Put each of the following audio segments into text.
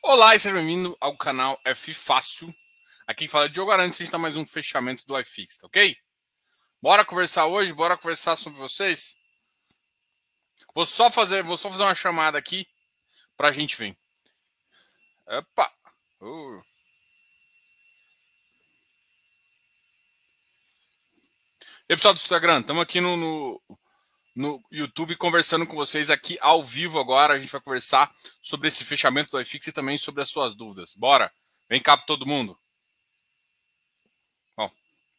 Olá e seja bem-vindo ao canal F Fácil. Aqui fala Diogo Arantes, a gente tá mais um fechamento do iFix, tá ok? Bora conversar hoje, bora conversar sobre vocês. Vou só fazer uma chamada aqui pra gente ver. Opa! Uh. E aí, pessoal do Instagram, estamos aqui no YouTube conversando com vocês aqui ao vivo agora. A gente vai conversar sobre esse fechamento do iFix e também sobre as suas dúvidas. Bora! Vem cá pra todo mundo. Bom,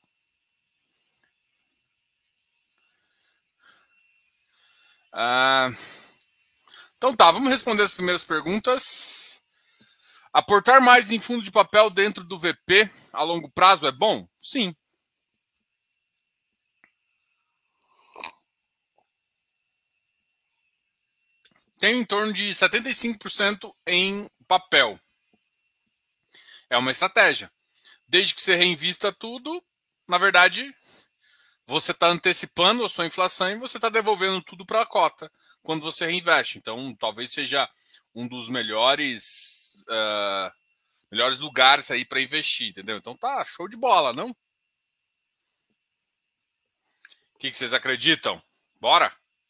ah, então tá, vamos responder as primeiras perguntas. Aportar mais em fundo de papel dentro do VP a longo prazo é bom? Sim. Tem em torno de 75% em papel. É uma estratégia. Desde que você reinvista tudo, na verdade, você está antecipando a sua inflação e você está devolvendo tudo para a cota quando você reinveste. Então, talvez seja um dos melhores lugares aí para investir, entendeu? Então tá, show de bola, não? O que vocês acreditam? Bora?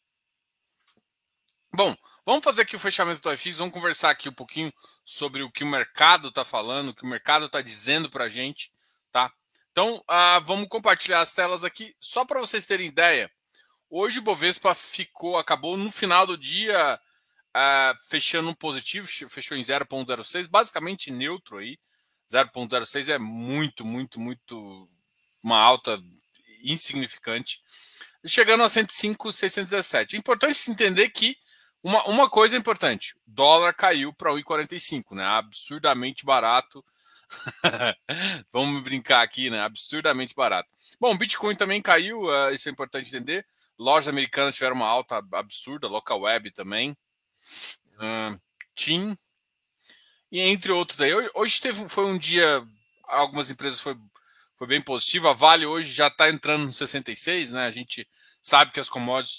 Bom, vamos fazer aqui o fechamento do iFix, vamos conversar aqui um pouquinho sobre o que o mercado está falando, o que o mercado está dizendo para a gente, tá? Então, vamos compartilhar as telas aqui, só para vocês terem ideia. Hoje o Bovespa acabou no final do dia fechando um positivo, fechou em 0,06, basicamente neutro aí. 0,06 é muito uma alta insignificante, chegando a 105,617. É importante se entender que uma coisa é importante: o dólar caiu para 1,45, né? Absurdamente barato. Vamos brincar aqui, né? Absurdamente barato. Bom, o Bitcoin também caiu, isso é importante entender. Lojas americanas tiveram uma alta absurda, Local Web também. TIM, e entre outros aí. Hoje foi um dia, algumas empresas foi bem positivo. A Vale hoje já está entrando no 66, né? A gente sabe que as commodities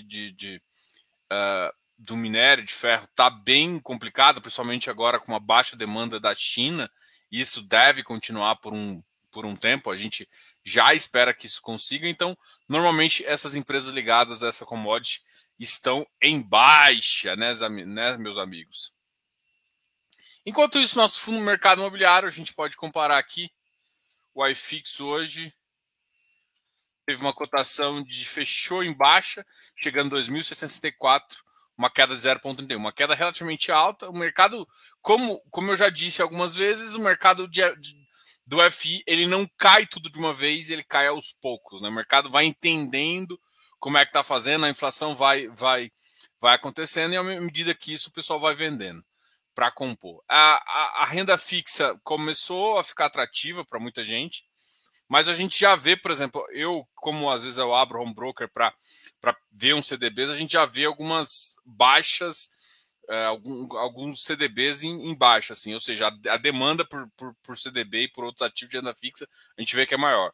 do minério de ferro está bem complicada, principalmente agora com uma baixa demanda da China. Isso deve continuar por um tempo. A gente já espera que isso consiga. Então, normalmente essas empresas ligadas a essa commodity estão em baixa, né meus amigos? Enquanto isso, nosso fundo mercado imobiliário, a gente pode comparar aqui o iFix hoje. Teve uma cotação fechou em baixa, chegando a 2.664, uma queda de 0,31, uma queda relativamente alta. O mercado, como eu já disse algumas vezes, o mercado do FI ele não cai tudo de uma vez, ele cai aos poucos. Né? O mercado vai entendendo como é que está fazendo, a inflação vai acontecendo e à medida que isso o pessoal vai vendendo para compor. A renda fixa começou a ficar atrativa para muita gente. Mas a gente já vê, por exemplo, como às vezes eu abro home broker para ver uns CDBs, a gente já vê algumas baixas, alguns CDBs em baixa, assim, ou seja, a demanda por CDB e por outros ativos de renda fixa, a gente vê que é maior.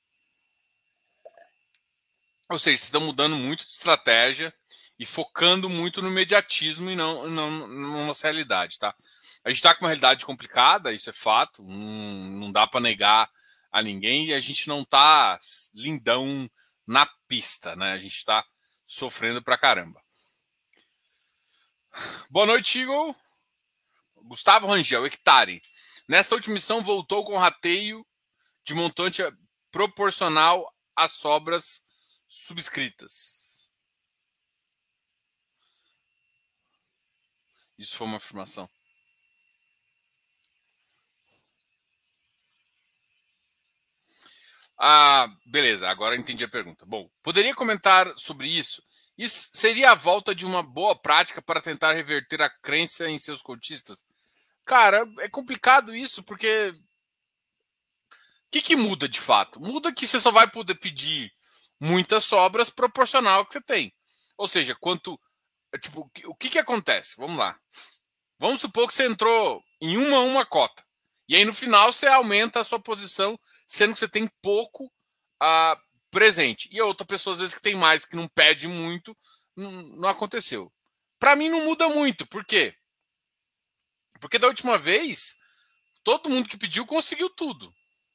Ou seja, vocês estão mudando muito de estratégia e focando muito no imediatismo e não na nossa realidade, tá? A gente está com uma realidade complicada, isso é fato, não dá para negar a ninguém e a gente não tá lindão na pista, né? A gente está sofrendo pra caramba. Boa noite, Igor. Gustavo Rangel, hectare. Nesta última missão voltou com rateio de montante proporcional às sobras subscritas. Isso foi uma afirmação. Beleza, agora entendi a pergunta. Bom, poderia comentar sobre isso? Isso seria a volta de uma boa prática para tentar reverter a crença em seus cotistas? Cara, é complicado isso, porque o que muda de fato? Muda que você só vai poder pedir muitas sobras proporcional ao que você tem. Ou seja, Tipo, o que acontece? Vamos lá. Vamos supor que você entrou em uma cota. E aí no final você aumenta a sua posição, sendo que você tem pouco presente. E a outra pessoa, às vezes, que tem mais, que não pede muito, não aconteceu. Para mim não muda muito. Por quê? Porque da última vez, todo mundo que pediu conseguiu tudo.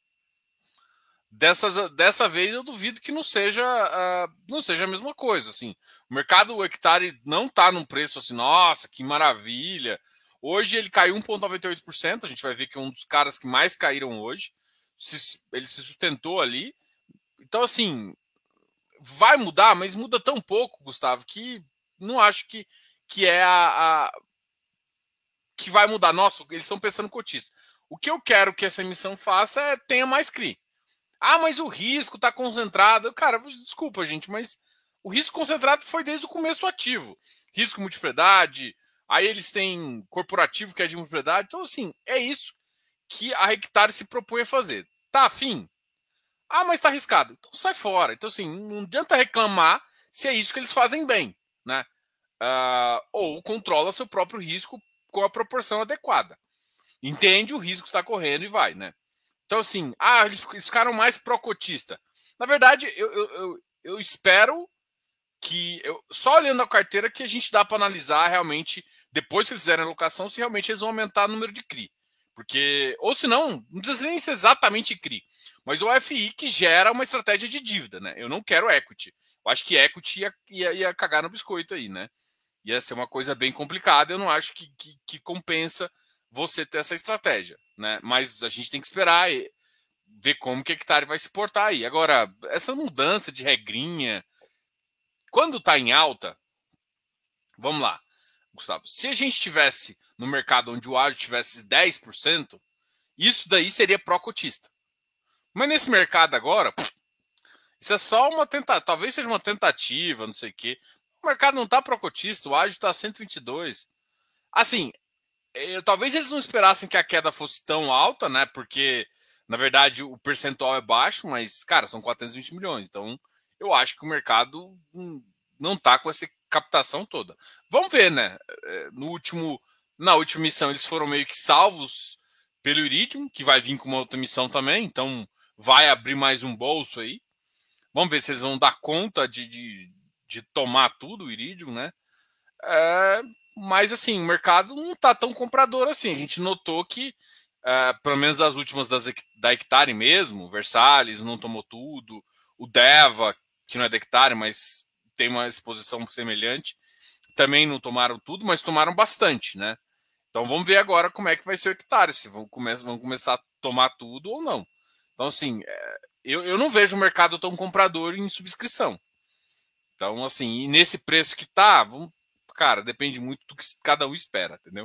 Dessa vez eu duvido que não seja a mesma coisa. Assim. O mercado, o hectare não está num preço assim, nossa, que maravilha. Hoje ele caiu 1,98%. A gente vai ver que é um dos caras que mais caíram hoje. Ele se sustentou ali. Então, assim, vai mudar, mas muda tão pouco, Gustavo, que não acho que é que vai mudar. Nossa, eles estão pensando cotista. O que eu quero que essa emissão faça é tenha mais CRI. Ah, mas o risco está concentrado. Cara, desculpa, gente, mas o risco concentrado foi desde o começo do ativo. Risco multipropriedade, aí eles têm corporativo que é de multipropriedade. Então, assim, é isso que a Hectare se propõe a fazer. Tá afim? Ah, mas tá arriscado. Então sai fora. Então, assim, não adianta reclamar se é isso que eles fazem bem, né? Ou controla seu próprio risco com a proporção adequada. Entende o risco que está correndo e vai, né? Então, assim, eles ficaram mais pró-cotista. Na verdade, eu espero que. Só olhando a carteira que a gente dá para analisar realmente, depois que eles fizerem a alocação, se realmente eles vão aumentar o número de CRI. Porque. Ou se não precisa nem ser exatamente CRI. Mas o FI que gera uma estratégia de dívida, né? Eu não quero equity. Eu acho que equity ia cagar no biscoito aí, né? Ia ser uma coisa bem complicada. Eu não acho que compensa você ter essa estratégia, né? Mas a gente tem que esperar e ver como que a Hectare vai se portar aí. Agora, essa mudança de regrinha, quando está em alta, vamos lá, Gustavo, se a gente tivesse no mercado onde o ágio tivesse 10%, isso daí seria pró-cotista. Mas nesse mercado agora, isso é só uma tentativa, talvez seja uma tentativa, não sei o quê. O mercado não está pró-cotista, o ágio está 122. Assim, talvez eles não esperassem que a queda fosse tão alta, né? Porque, na verdade, o percentual é baixo, mas, cara, são 420 milhões. Então, eu acho que o mercado não tá com essa captação toda. Vamos ver, né? Na última missão, eles foram meio que salvos pelo Iridium, que vai vir com uma outra missão também. Então, vai abrir mais um bolso aí. Vamos ver se eles vão dar conta de tomar tudo o Iridium, né? Mas assim, o mercado não está tão comprador assim. A gente notou que, pelo menos das últimas da Hectare mesmo, Versalhes não tomou tudo, o Deva, que não é da Hectare, mas tem uma exposição semelhante, também não tomaram tudo, mas tomaram bastante, né? Então vamos ver agora como é que vai ser o Hectare, se vão começar a tomar tudo ou não. Então, assim, eu não vejo o mercado tão comprador em subscrição. Então, assim, e nesse preço que tá, cara, depende muito do que cada um espera, entendeu?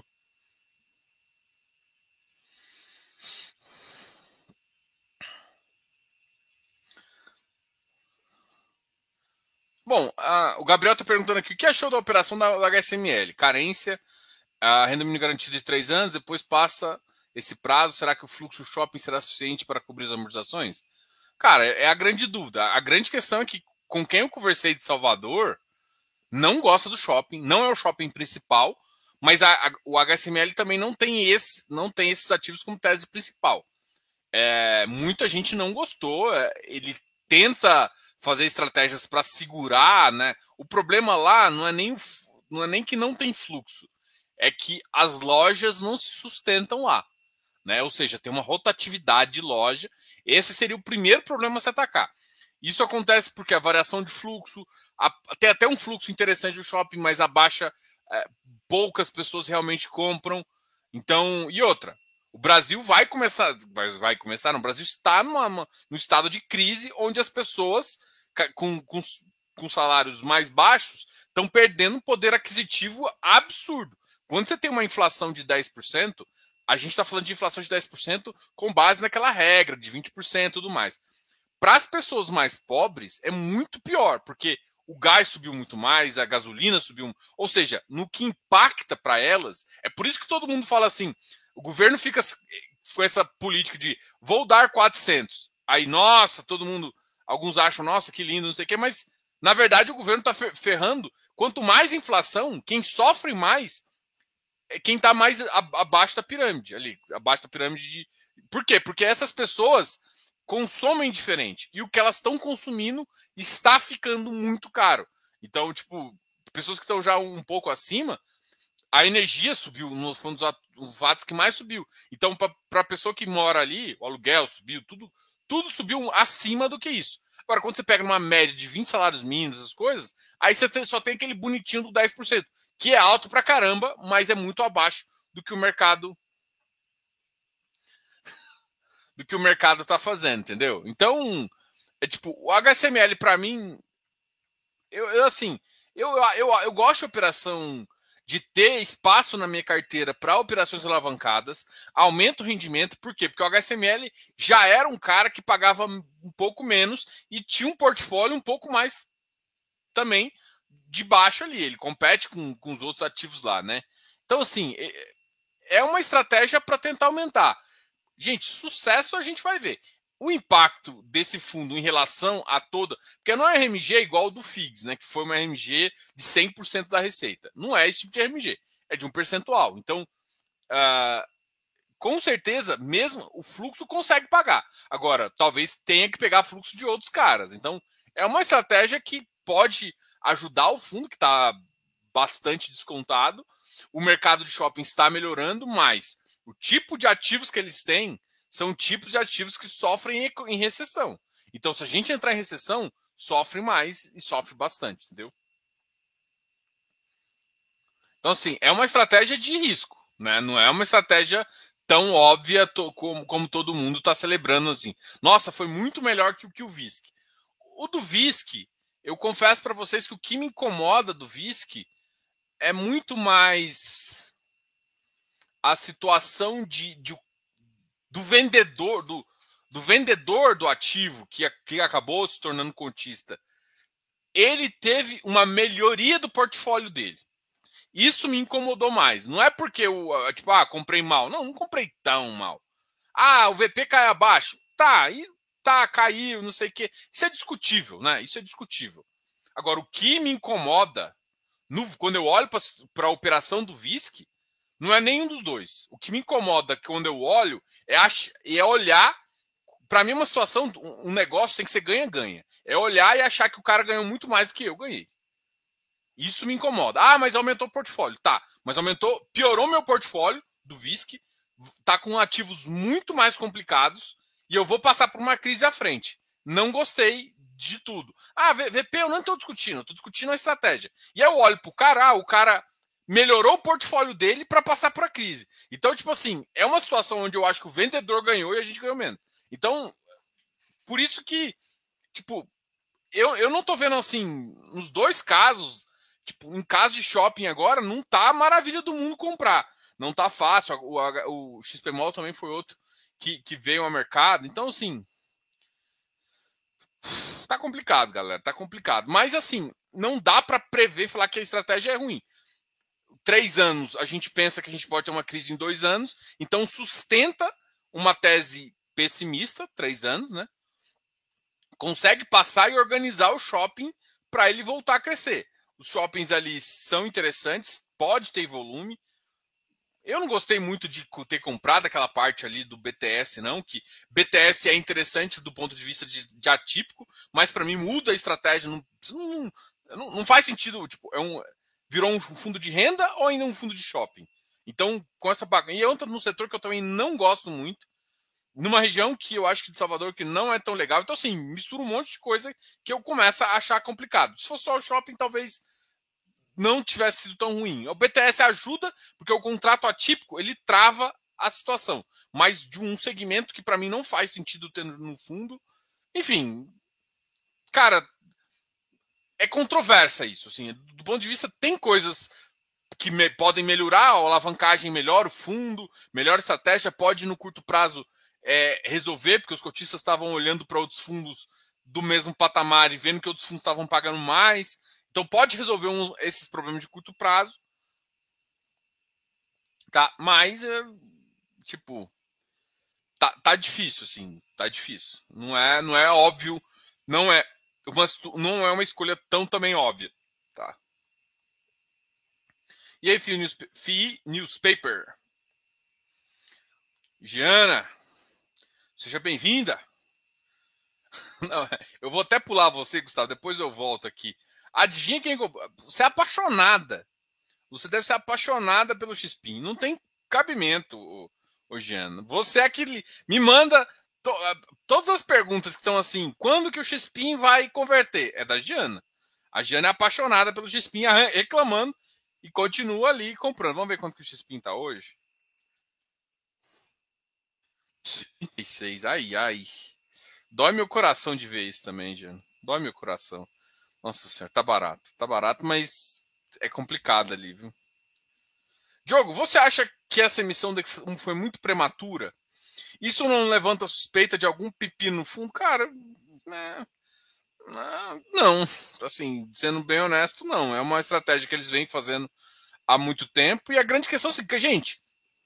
Bom, o Gabriel está perguntando aqui o que achou da operação da HSML? Carência, a renda mínima garantida de 3 anos, depois passa esse prazo. Será que o fluxo shopping será suficiente para cobrir as amortizações? Cara, é a grande dúvida. A grande questão é que com quem eu conversei de Salvador não gosta do shopping, não é o shopping principal, mas o HSML também não tem esses ativos como tese principal. Muita gente não gostou. Ele tenta fazer estratégias para segurar, né? O problema lá não é nem que não tem fluxo, é que as lojas não se sustentam lá, né? Ou seja, tem uma rotatividade de loja. Esse seria o primeiro problema a se atacar. Isso acontece porque a variação de fluxo, tem até um fluxo interessante do shopping, mas abaixa, poucas pessoas realmente compram. Então, e outra, o Brasil vai começar, não, o Brasil está no estado de crise onde as pessoas com salários mais baixos estão perdendo um poder aquisitivo absurdo. Quando você tem uma inflação de 10%, a gente está falando de inflação de 10% com base naquela regra de 20% e tudo mais. Para as pessoas mais pobres, é muito pior, porque o gás subiu muito mais, a gasolina subiu. Ou seja, no que impacta para elas, é por isso que todo mundo fala assim: o governo fica com essa política de vou dar 400. Aí, nossa, todo mundo, alguns acham, nossa, que lindo, não sei o quê, mas na verdade o governo está ferrando. Quanto mais inflação, quem sofre mais é quem está mais abaixo da pirâmide, ali, abaixo da pirâmide de. Por quê? Porque essas pessoas consomem diferente. E o que elas estão consumindo está ficando muito caro. Então, tipo, pessoas que estão já um pouco acima, a energia subiu, foi um dos fatos que mais subiu. Então, para a pessoa que mora ali, o aluguel subiu, tudo subiu acima do que isso. Agora, quando você pega uma média de 20 salários mínimos, essas coisas, aí você só tem aquele bonitinho do 10%, que é alto pra caramba, mas é muito abaixo do que o mercado está fazendo, entendeu? Então, é tipo, o HSML para mim, assim, eu gosto de operação de ter espaço na minha carteira para operações alavancadas, aumenta o rendimento, por quê? Porque o HSML já era um cara que pagava um pouco menos e tinha um portfólio um pouco mais também de baixo ali, ele compete com os outros ativos lá, né? Então, assim, é uma estratégia para tentar aumentar. Gente, sucesso a gente vai ver. O impacto desse fundo em relação a toda. Porque não é RMG igual ao do FIGS, né? Que foi uma RMG de 100% da receita. Não é esse tipo de RMG. É de um percentual. Então, com certeza, mesmo o fluxo consegue pagar. Agora, talvez tenha que pegar fluxo de outros caras. Então, é uma estratégia que pode ajudar o fundo, que está bastante descontado. O mercado de shopping está melhorando, mas o tipo de ativos que eles têm são tipos de ativos que sofrem em recessão. Então, se a gente entrar em recessão, sofre mais e sofre bastante, entendeu? Então, assim, é uma estratégia de risco, né? Não é uma estratégia tão óbvia como todo mundo está celebrando assim. Nossa, foi muito melhor que o VISC. O do VISC, eu confesso para vocês que o que me incomoda do VISC é muito mais a situação do vendedor, do vendedor do ativo que acabou se tornando cotista. Ele teve uma melhoria do portfólio dele. Isso me incomodou mais. Não é porque eu, tipo, comprei mal. Não comprei tão mal. O VP cai abaixo. Caiu, não sei o quê. Isso é discutível, né? Isso é discutível. Agora, o que me incomoda, quando eu olho para a operação do VISC, não é nenhum dos dois. O que me incomoda quando eu olho é olhar. Para mim, uma situação, um negócio tem que ser ganha-ganha. É olhar e achar que o cara ganhou muito mais do que eu ganhei. Isso me incomoda. Mas aumentou o portfólio. Tá, mas piorou meu portfólio do VISC, tá com ativos muito mais complicados e eu vou passar por uma crise à frente. Não gostei de tudo. VP eu não estou discutindo, estou discutindo a estratégia. E eu olho pro cara, o cara melhorou o portfólio dele para passar por a crise. Então, tipo assim, é uma situação onde eu acho que o vendedor ganhou e a gente ganhou menos. Então, por isso que, tipo, eu não tô vendo assim, nos dois casos, tipo, em caso de shopping agora, não tá a maravilha do mundo comprar. Não tá fácil. O XP Mall também foi outro que veio ao mercado. Então, assim, tá complicado, galera. Tá complicado. Mas, assim, não dá para prever, falar que a estratégia é ruim. 3 anos, a gente pensa que a gente pode ter uma crise em 2 anos. Então, sustenta uma tese pessimista, 3 anos, né? Consegue passar e organizar o shopping para ele voltar a crescer. Os shoppings ali são interessantes, pode ter volume. Eu não gostei muito de ter comprado aquela parte ali do BTS, não, que BTS é interessante do ponto de vista de atípico, mas para mim muda a estratégia. Não faz sentido, tipo, virou um fundo de renda ou ainda um fundo de shopping. Então, com essa bagagem. E entra num setor que eu também não gosto muito, numa região que eu acho que de Salvador que não é tão legal. Então, assim, mistura um monte de coisa que eu começo a achar complicado. Se fosse só o shopping, talvez não tivesse sido tão ruim. O BTS ajuda, porque o contrato atípico, ele trava a situação. Mas de um segmento que para mim não faz sentido ter no fundo. Enfim, cara, é controversa isso. Assim, do ponto de vista, tem coisas que podem melhorar, a alavancagem melhora, o fundo, melhor estratégia, pode no curto prazo resolver, porque os cotistas estavam olhando para outros fundos do mesmo patamar e vendo que outros fundos estavam pagando mais. Então pode resolver esses problemas de curto prazo. Tá? Mas, tipo, tá difícil, assim. Tá difícil. Não é óbvio. Não é uma escolha tão também óbvia. Tá? E aí, FII Newspaper. Giana, seja bem-vinda. Não, eu vou até pular você, Gustavo, depois eu volto aqui. Adivinha quem. Você é apaixonada. Você deve ser apaixonada pelo X-Pin. Não tem cabimento, ô Giana. Você é que me manda todas as perguntas que estão assim, quando que o X-Pin vai converter? É da Giana. A Giana é apaixonada pelo X-Pin, reclamando e continua ali comprando. Vamos ver quanto que o X-Pin tá hoje? 36. Ai, ai. Dói meu coração de ver isso também, Giana. Dói meu coração. Nossa senhora, tá barato. Tá barato, mas é complicado ali, viu? Diogo, você acha que essa emissão foi muito prematura? Isso não levanta suspeita de algum pepino no fundo? Cara, né, não. Assim, sendo bem honesto, não. É uma estratégia que eles vêm fazendo há muito tempo. E a grande questão é assim, que, gente,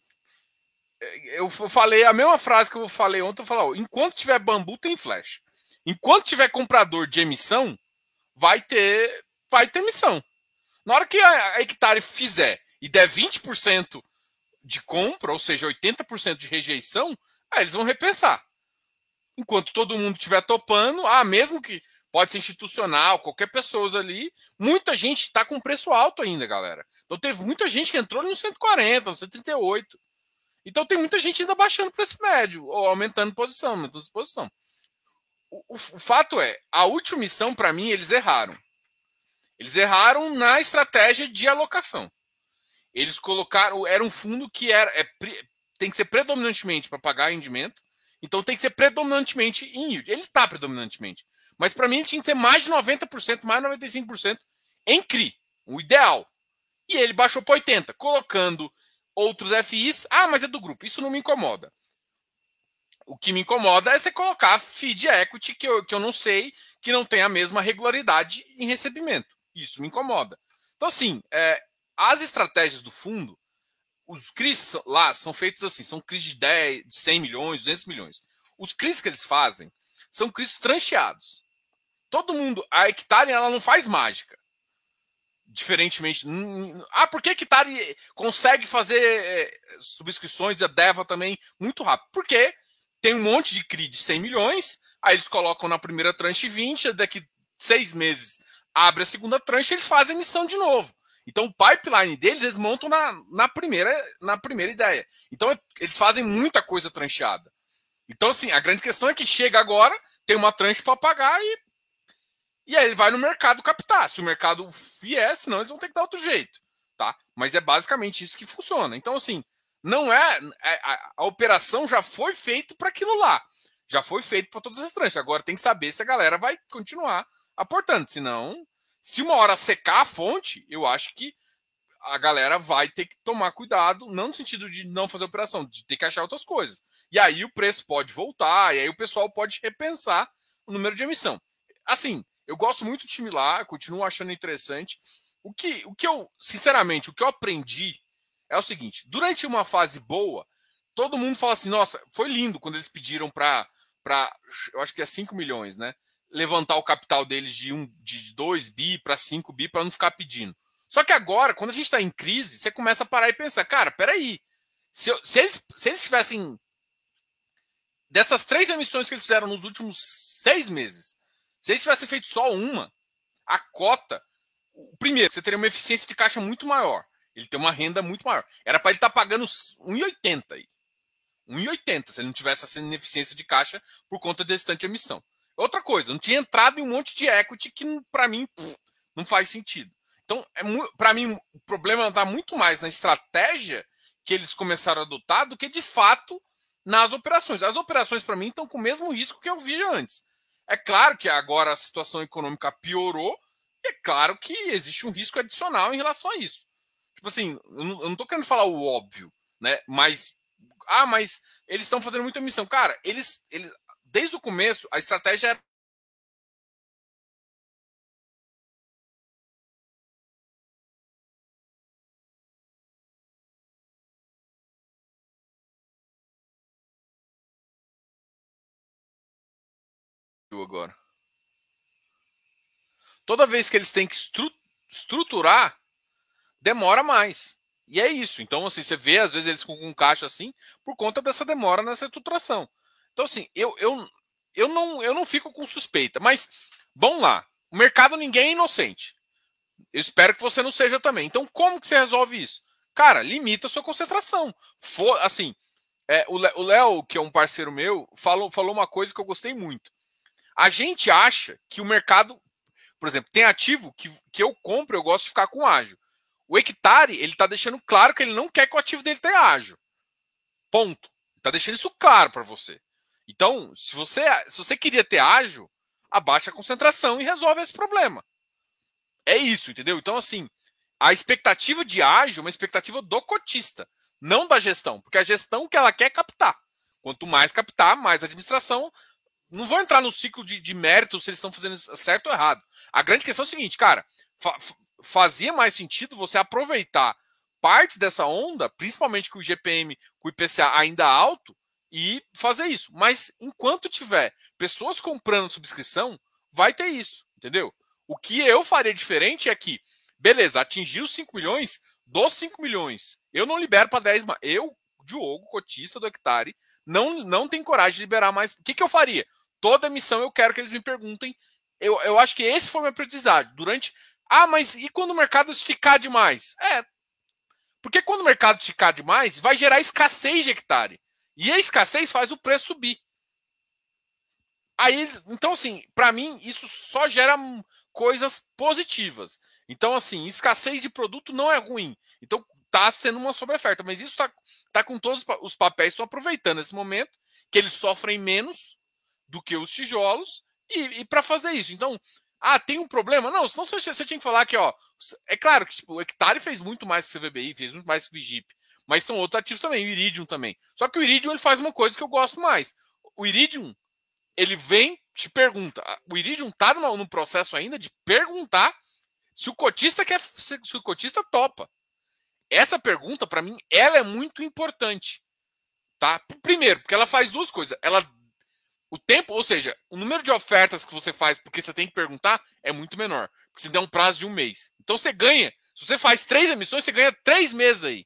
eu falei a mesma frase que eu falei ontem. Eu falei, ó, enquanto tiver bambu, tem flash. Enquanto tiver comprador de emissão, vai ter emissão. Na hora que a Hectare fizer e der 20% de compra, ou seja, 80% de rejeição, aí eles vão repensar. Enquanto todo mundo estiver topando, mesmo que pode ser institucional, qualquer pessoa ali, muita gente está com preço alto ainda, galera. Então teve muita gente que entrou no 140, no 138. Então tem muita gente ainda baixando para esse médio, ou aumentando posição. O fato é, a última missão, para mim, eles erraram. Eles erraram na estratégia de alocação. Eles colocaram, era um fundo que tem que ser predominantemente para pagar rendimento, então tem que ser predominantemente em yield. Ele está predominantemente. Mas para mim ele tinha que ser mais de 90%, mais de 95% em CRI, o ideal. E ele baixou para 80%, colocando outros FIs. Mas é do grupo. Isso não me incomoda. O que me incomoda é você colocar feed equity, que eu não sei, que não tem a mesma regularidade em recebimento. Isso me incomoda. Então, assim, as estratégias do fundo, os CRIs lá são feitos assim, são CRIs de 10, de 100 milhões, 200 milhões. Os CRIs que eles fazem são CRIs trancheados. Todo mundo, a Hectare, ela não faz mágica. Diferentemente. Por que a Hectare consegue fazer subscrições e a Deva também muito rápido? Porque tem um monte de CRI de 100 milhões, aí eles colocam na primeira tranche 20, daqui 6 meses abre a segunda tranche e eles fazem emissão de novo. Então o pipeline deles eles montam na primeira ideia. Então eles fazem muita coisa trancheada. Então assim, a grande questão é que chega agora, tem uma tranche para pagar e aí ele vai no mercado captar. Se o mercado vier, senão eles vão ter que dar outro jeito, tá? Mas é basicamente isso que funciona. Então assim, não a operação já foi feita para aquilo lá. Já foi feito para todas as tranches. Agora tem que saber se a galera vai continuar aportando, senão se uma hora secar a fonte, eu acho que a galera vai ter que tomar cuidado, não no sentido de não fazer operação, de ter que achar outras coisas. E aí o preço pode voltar, e aí o pessoal pode repensar o número de emissão. Assim, eu gosto muito do time lá, continuo achando interessante. O que eu, sinceramente, o que eu aprendi é o seguinte: durante uma fase boa, todo mundo fala assim, nossa, foi lindo quando eles pediram para eu acho que é 5 milhões, né? Levantar o capital deles de 2 bi para 5 bi para não ficar pedindo. Só que agora, quando a gente está em crise, você começa a parar e pensar, cara, peraí, se eles tivessem dessas 3 emissões que eles fizeram nos últimos 6 meses, se eles tivessem feito só uma, a cota, primeiro, você teria uma eficiência de caixa muito maior. Ele tem uma renda muito maior. Era para ele estar pagando 1,80 aí. 1,80 se ele não tivesse essa ineficiência de caixa por conta desse tanto de emissão. Outra coisa, não tinha entrado em um monte de equity que, para mim, não faz sentido. Então, para mim, o problema está muito mais na estratégia que eles começaram a adotar do que, de fato, nas operações. As operações, para mim, estão com o mesmo risco que eu vi antes. É claro que agora a situação econômica piorou e é claro que existe um risco adicional em relação a isso. Tipo assim, eu não estou querendo falar o óbvio, né? Mas eles estão fazendo muita emissão. Cara, eles desde o começo, a estratégia era agora. Toda vez que eles têm que estruturar, demora mais. E é isso. Então, assim, você vê, às vezes, eles com caixa assim, por conta dessa demora nessa estruturação. Então, assim, eu não fico com suspeita. Mas, vamos lá. O mercado ninguém é inocente. Eu espero que você não seja também. Então, como que você resolve isso? Cara, limita a sua concentração. Assim, o Léo, que é um parceiro meu, falou uma coisa que eu gostei muito. A gente acha que o mercado, por exemplo, tem ativo que eu compro, eu gosto de ficar com ágio. O hectare, ele está deixando claro que ele não quer que o ativo dele tenha ágio. Ponto. Está deixando isso claro para você. Então, se você queria ter ágio, abaixa a concentração e resolve esse problema. É isso, entendeu? Então, assim, a expectativa de ágio é uma expectativa do cotista, não da gestão, porque a gestão que ela quer é captar. Quanto mais captar, mais administração. Não vou entrar no ciclo de mérito se eles estão fazendo certo ou errado. A grande questão é o seguinte, cara, fazia mais sentido você aproveitar parte dessa onda, principalmente com o GPM, com o IPCA ainda alto, e fazer isso. Mas enquanto tiver pessoas comprando subscrição, vai ter isso, entendeu? O que eu faria diferente é que, beleza, atingiu 5 milhões, dos 5 milhões, eu não libero para 10 mais. Eu, Diogo, cotista do hectare, não tenho coragem de liberar mais. O que eu faria? Toda emissão eu quero que eles me perguntem. Eu acho que esse foi o meu aprendizado. Mas e quando o mercado esticar demais? Porque quando o mercado esticar demais, vai gerar escassez de hectare. E a escassez faz o preço subir. Então, assim, para mim, isso só gera coisas positivas. Então, assim, escassez de produto não é ruim. Então, tá sendo uma sobreoferta. Mas isso tá com todos os papéis estão aproveitando esse momento, que eles sofrem menos do que os tijolos, e para fazer isso. Então, tem um problema? Não, senão você tinha que falar que, ó, é claro que tipo, o hectare fez muito mais que o CVBI, fez muito mais que o Vigip, mas são outros ativos também, o Iridium também. Só que o Iridium ele faz uma coisa que eu gosto mais. O Iridium, ele vem, te pergunta. O Iridium tá num processo ainda de perguntar se o cotista se o cotista topa. Essa pergunta, para mim, ela é muito importante. Tá? Primeiro, porque ela faz duas coisas. O tempo, ou seja, o número de ofertas que você faz porque você tem que perguntar é muito menor. Porque você dá um prazo de 1 mês. Então você ganha. Se você faz 3 emissões, você ganha 3 meses aí.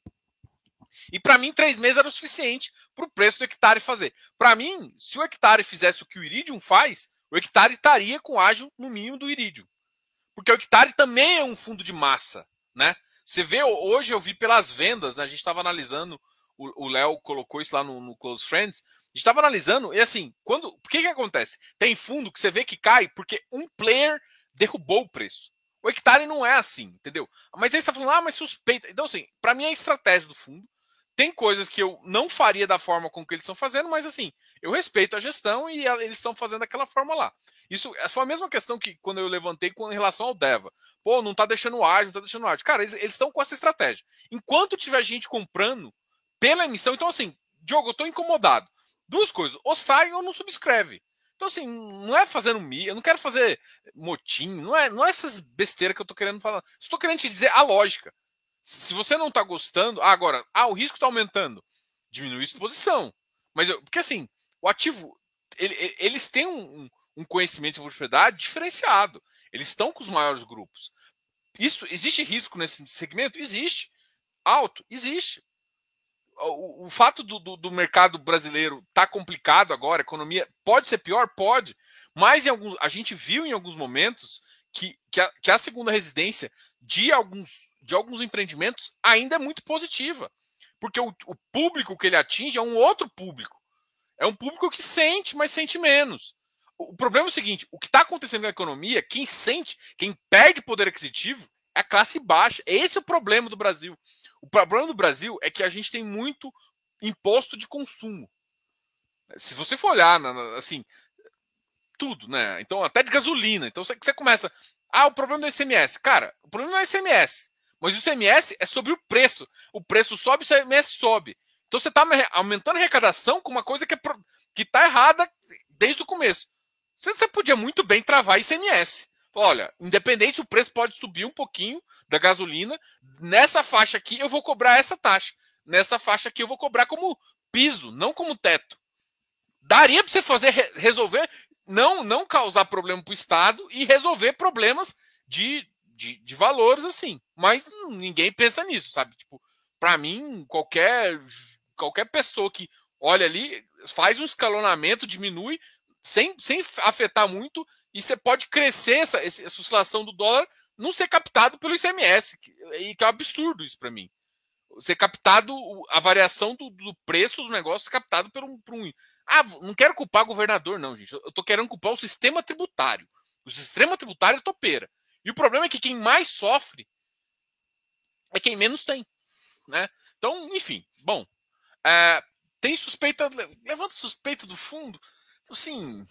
E para mim, 3 meses era o suficiente para o preço do hectare fazer. Para mim, se o hectare fizesse o que o Iridium faz, o hectare estaria com ágio no mínimo do Iridium. Porque o hectare também é um fundo de massa, né? Você vê, hoje eu vi pelas vendas, né? A gente estava analisando, o Léo colocou isso lá no Close Friends, a gente estava analisando, e assim, o que acontece? Tem fundo que você vê que cai porque um player derrubou o preço. O hectare não é assim, entendeu? Mas aí você está falando, mas suspeita. Então, assim, para mim é a estratégia do fundo. Tem coisas que eu não faria da forma com que eles estão fazendo, mas assim, eu respeito a gestão e eles estão fazendo daquela forma lá. Isso foi a mesma questão que quando eu levantei com relação ao Deva. Pô, não tá deixando ágil, não tá deixando ágil. Cara, eles estão com essa estratégia. Enquanto tiver gente comprando pela emissão, então assim, Diogo, eu tô incomodado. Duas coisas, ou sai ou não subscreve. Então assim, não é fazendo eu não quero fazer motim, não é essas besteiras que eu tô querendo falar. Estou querendo te dizer a lógica. Se você não está gostando, agora, o risco está aumentando, diminui a exposição. Porque assim, o ativo, eles têm um conhecimento de propriedade diferenciado. Eles estão com os maiores grupos. Existe risco nesse segmento? Existe. Alto? Existe. O fato do mercado brasileiro estar complicado agora, a economia pode ser pior? Pode. Mas a gente viu em alguns momentos que a segunda residência de alguns empreendimentos ainda é muito positiva. Porque o público que ele atinge é um outro público. É um público que sente, mas sente menos. O problema é o seguinte: o que está acontecendo na economia, quem sente, quem perde poder aquisitivo, é a classe baixa. Esse é o problema do Brasil. O problema do Brasil é que a gente tem muito imposto de consumo. Se você for olhar, assim, tudo, né? Então, até de gasolina. Então, você começa. O problema do ICMS. Cara, o problema não é o ICMS. Mas o ICMS é sobre o preço. O preço sobe, o ICMS sobe. Então, você está aumentando a arrecadação com uma coisa que está errada desde o começo. Você podia muito bem travar ICMS. Olha, independente, o preço pode subir um pouquinho da gasolina. Nessa faixa aqui, eu vou cobrar essa taxa. Nessa faixa aqui, eu vou cobrar como piso, não como teto. Daria para você resolver, não causar problema para o Estado e resolver problemas de valores assim. Mas ninguém pensa nisso, sabe? Tipo, para mim, qualquer pessoa que olha ali, faz um escalonamento, diminui, sem afetar muito, e você pode crescer essa oscilação do dólar não ser captado pelo ICMS, que é um absurdo isso para mim. Ser captado, a variação do preço do negócio captado por um. Ah, não quero culpar o governador, não, gente. Eu tô querendo culpar o sistema tributário. O sistema tributário é topeira. E o problema é que quem mais sofre é quem menos tem, né? Então, enfim, bom. Tem suspeita, levanta suspeita do fundo. Assim,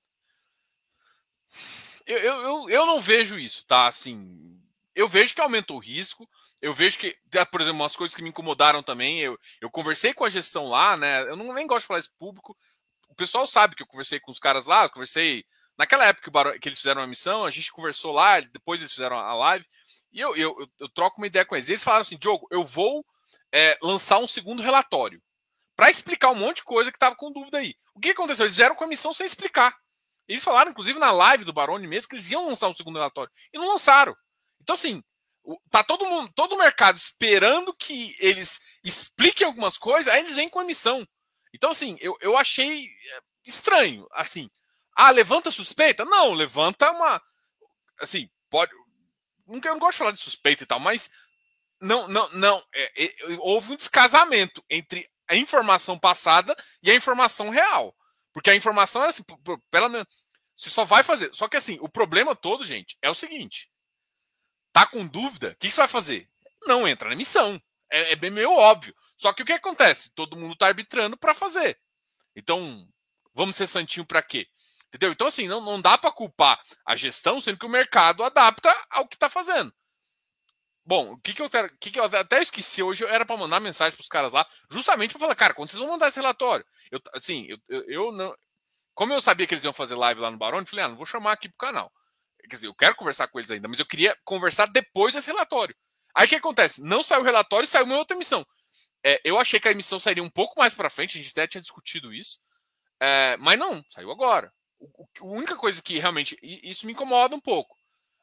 eu não vejo isso, tá? Assim, eu vejo que aumentou o risco. Eu vejo que, por exemplo, umas coisas que me incomodaram também. Eu conversei com a gestão lá, né? Eu não nem gosto de falar isso público. O pessoal sabe que eu conversei com os caras lá. Eu conversei naquela época que eles fizeram a missão. A gente conversou lá. Depois eles fizeram a live. E eu troco uma ideia com eles. Eles falaram assim: Diogo, eu vou lançar um segundo relatório para explicar um monte de coisa que estava com dúvida aí. O que aconteceu? Eles vieram com a missão sem explicar. Eles falaram, inclusive, na live do Baroni mesmo, que eles iam lançar um segundo relatório. E não lançaram. Então, assim, tá todo mundo, todo o mercado esperando que eles expliquem algumas coisas, aí eles vêm com a missão. Então, assim, eu achei estranho. Assim, levanta suspeita? Não, levanta uma. Assim, pode. Eu não gosto de falar de suspeita e tal, mas não. Houve um descasamento entre a informação passada e a informação real. Porque a informação era assim, pela você só vai fazer. Só que assim, o problema todo, gente, é o seguinte: tá com dúvida? O que você vai fazer? Não entra na missão. É bem meio óbvio. Só que o que acontece? Todo mundo tá arbitrando para fazer. Então, vamos ser santinho para quê? Entendeu? Então, assim, não dá para culpar a gestão, sendo que o mercado adapta ao que tá fazendo. Bom, o que eu até esqueci hoje, era para mandar mensagem para os caras lá, justamente para falar, cara, quando vocês vão mandar esse relatório? Eu não, como eu sabia que eles iam fazer live lá no Barone, falei, não vou chamar aqui pro canal. Quer dizer, eu quero conversar com eles ainda, mas eu queria conversar depois desse relatório. Aí o que acontece? Não saiu o relatório e saiu uma outra emissão. Eu achei que a emissão sairia um pouco mais para frente, a gente até tinha discutido isso, mas não, saiu agora. A única coisa que realmente, isso me incomoda um pouco.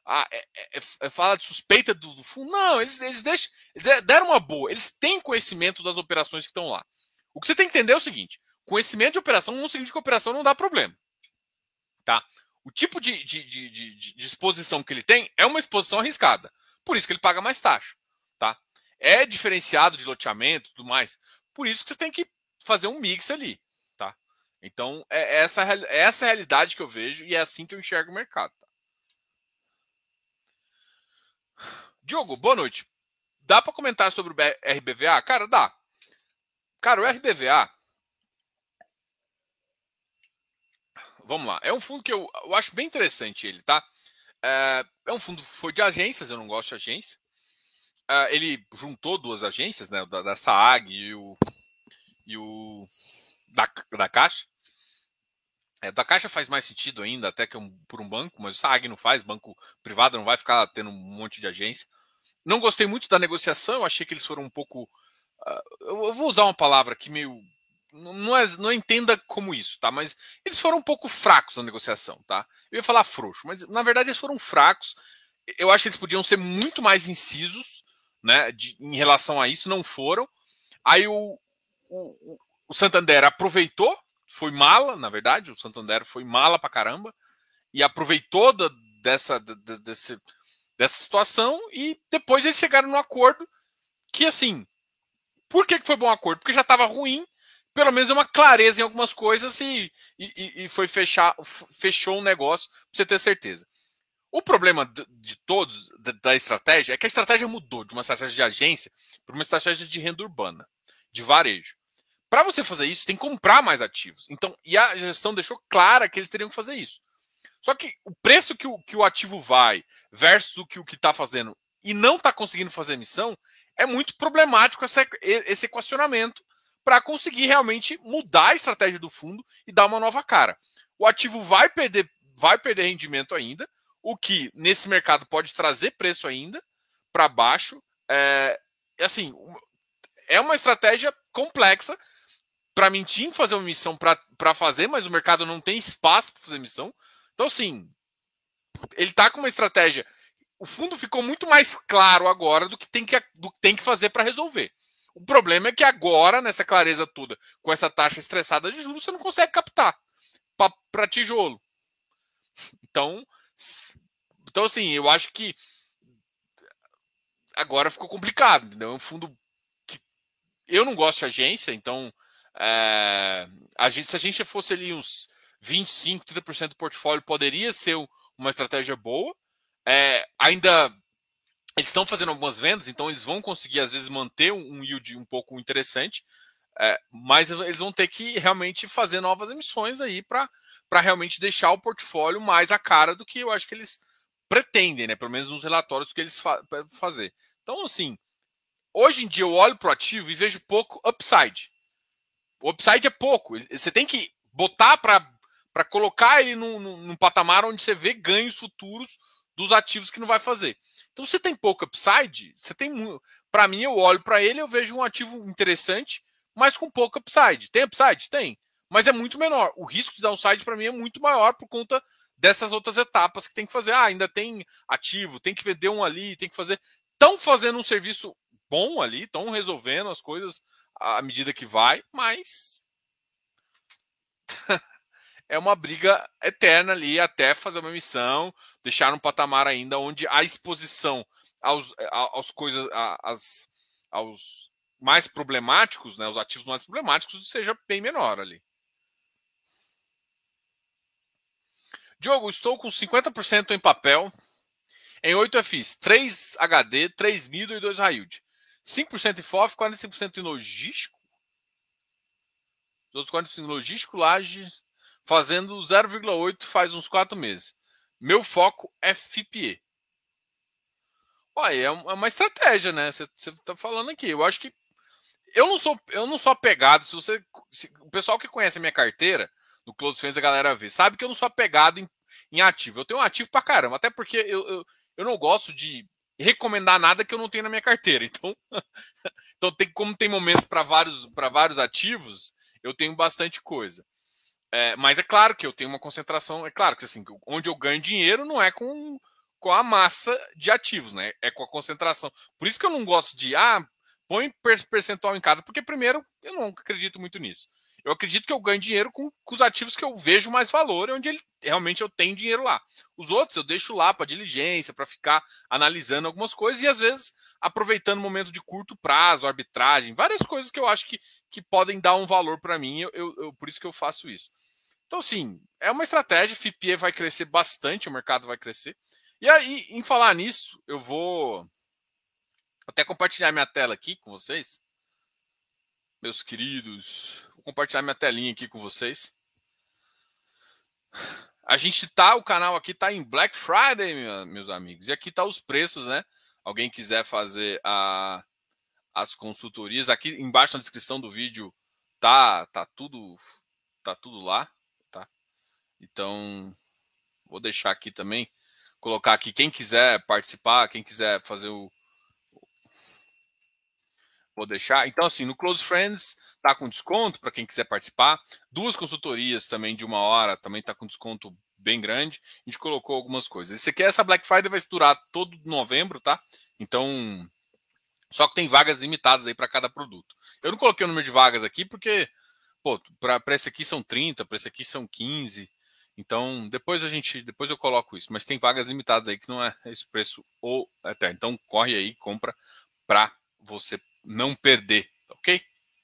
Fala de suspeita do fundo. Não, eles deram uma boa. Eles têm conhecimento das operações que estão lá. O que você tem que entender é o seguinte: conhecimento de operação não significa que a operação não dá problema. Tá? O tipo de exposição que ele tem é uma exposição arriscada. Por isso que ele paga mais taxa. Tá? É diferenciado de loteamento e tudo mais. Por isso que você tem que fazer um mix ali. Tá? Então, é essa a realidade que eu vejo e é assim que eu enxergo o mercado. Tá? Diogo, boa noite. Dá para comentar sobre o RBVA? Cara, dá. Cara, o RBVA. Vamos lá. É um fundo que eu acho bem interessante ele, tá? É um fundo foi de agências, eu não gosto de agência. Ele juntou duas agências, né? Da SAAG e o da Caixa. Da Caixa faz mais sentido ainda, até que por um banco, mas o SAAG não faz, banco privado não vai ficar tendo um monte de agência. Não gostei muito da negociação, eu achei que eles foram um pouco. Eu vou usar uma palavra que meio. Não entenda como isso, tá? Mas eles foram um pouco fracos na negociação, tá? Eu ia falar frouxo, mas na verdade eles foram fracos. Eu acho que eles podiam ser muito mais incisos, né? Em relação a isso, não foram. Aí o Santander aproveitou, foi mala, na verdade, o Santander foi mala pra caramba, e aproveitou dessa situação, e depois eles chegaram no acordo que, assim, por que foi bom acordo? Porque já estava ruim, pelo menos é uma clareza em algumas coisas e fechou um negócio, pra você ter certeza. O problema de todos, da estratégia, é que a estratégia mudou de uma estratégia de agência para uma estratégia de renda urbana, de varejo. Para você fazer isso, tem que comprar mais ativos. Então, e a gestão deixou clara que eles teriam que fazer isso. Só que o preço que o ativo vai versus o que está fazendo e não está conseguindo fazer emissão é muito problemático esse equacionamento para conseguir realmente mudar a estratégia do fundo e dar uma nova cara. O ativo vai perder rendimento ainda, o que nesse mercado pode trazer preço ainda para baixo. Assim, é uma estratégia complexa. Para mim, tinha que fazer uma emissão para fazer, mas o mercado não tem espaço para fazer emissão. Então, assim, ele está com uma estratégia. O fundo ficou muito mais claro agora do que tem que fazer para resolver. O problema é que agora, nessa clareza toda, com essa taxa estressada de juros, você não consegue captar para tijolo. Então, assim, eu acho que agora ficou complicado, entendeu? É um fundo que eu não gosto de agência, então se a gente fosse ali uns 25, 30% do portfólio, poderia ser uma estratégia boa. Ainda eles estão fazendo algumas vendas, então eles vão conseguir, às vezes, manter um yield um pouco interessante, mas eles vão ter que realmente fazer novas emissões aí para realmente deixar o portfólio mais a cara do que eu acho que eles pretendem, né? Pelo menos nos relatórios que eles fazer. Então, assim, hoje em dia eu olho para o ativo e vejo pouco upside. O upside é pouco. Você tem que botar para colocar ele num patamar onde você vê ganhos futuros dos ativos que não vai fazer. Então, você tem pouco upside, você tem muito. Para mim, eu olho para ele, eu vejo um ativo interessante, mas com pouco upside. Tem upside? Tem. Mas é muito menor. O risco de downside, para mim, é muito maior por conta dessas outras etapas que tem que fazer. Ainda tem ativo, tem que vender um ali, tem que fazer. Estão fazendo um serviço bom ali, estão resolvendo as coisas à medida que vai, mas é uma briga eterna ali até fazer uma emissão, deixar um patamar ainda onde a exposição aos coisas, aos mais problemáticos, né, os ativos mais problemáticos, seja bem menor ali. Diogo, estou com 50% em papel, em 8 FIs, 3 HD, 3 Middle e 2 High Yield. 5% em FOF, 45% em logístico. Os outros 45% em logístico, laje, fazendo 0,8 faz uns 4 meses. Meu foco é FIPE. Olha, é uma estratégia, né? Você está falando aqui. Eu acho que eu não sou apegado. O pessoal que conhece a minha carteira, no Close Friends, a galera vê, sabe que eu não sou apegado em ativo. Eu tenho um ativo pra caramba, até porque eu não gosto de recomendar nada que eu não tenho na minha carteira. Então, como tem momentos para vários ativos, eu tenho bastante coisa. Mas é claro que eu tenho uma concentração. É claro que assim, onde eu ganho dinheiro não é com a massa de ativos, né? É com a concentração. Por isso que eu não gosto de põe percentual em cada, porque primeiro eu não acredito muito nisso. Eu acredito que eu ganho dinheiro com os ativos que eu vejo mais valor, onde realmente eu tenho dinheiro lá. Os outros eu deixo lá para diligência, para ficar analisando algumas coisas e às vezes aproveitando o momento de curto prazo, arbitragem, várias coisas que eu acho que podem dar um valor para mim, por isso que eu faço isso. Então, assim, é uma estratégia, FIPE vai crescer bastante, o mercado vai crescer. E aí, em falar nisso, eu vou até compartilhar minha tela aqui com vocês, meus queridos. Vou compartilhar minha telinha aqui com vocês. O canal aqui tá em Black Friday, meus amigos. E aqui tá os preços, né? Alguém quiser fazer as consultorias, aqui embaixo na descrição do vídeo tá tudo lá, tá? Então, vou deixar aqui também, colocar aqui quem quiser participar, quem quiser fazer vou deixar. Então, assim, no Close Friends tá com desconto para quem quiser participar. 2 consultorias também de 1 hora também tá com desconto bem grande. A gente colocou algumas coisas. Esse aqui, essa Black Friday vai durar todo novembro, tá? Então, só que tem vagas limitadas aí para cada produto. Eu não coloquei o número de vagas aqui porque, pô, para esse aqui são 30, para esse aqui são 15. Então, depois eu coloco isso. Mas tem vagas limitadas aí que não é esse preço ou até. Então, corre aí, compra para você não perder, ok?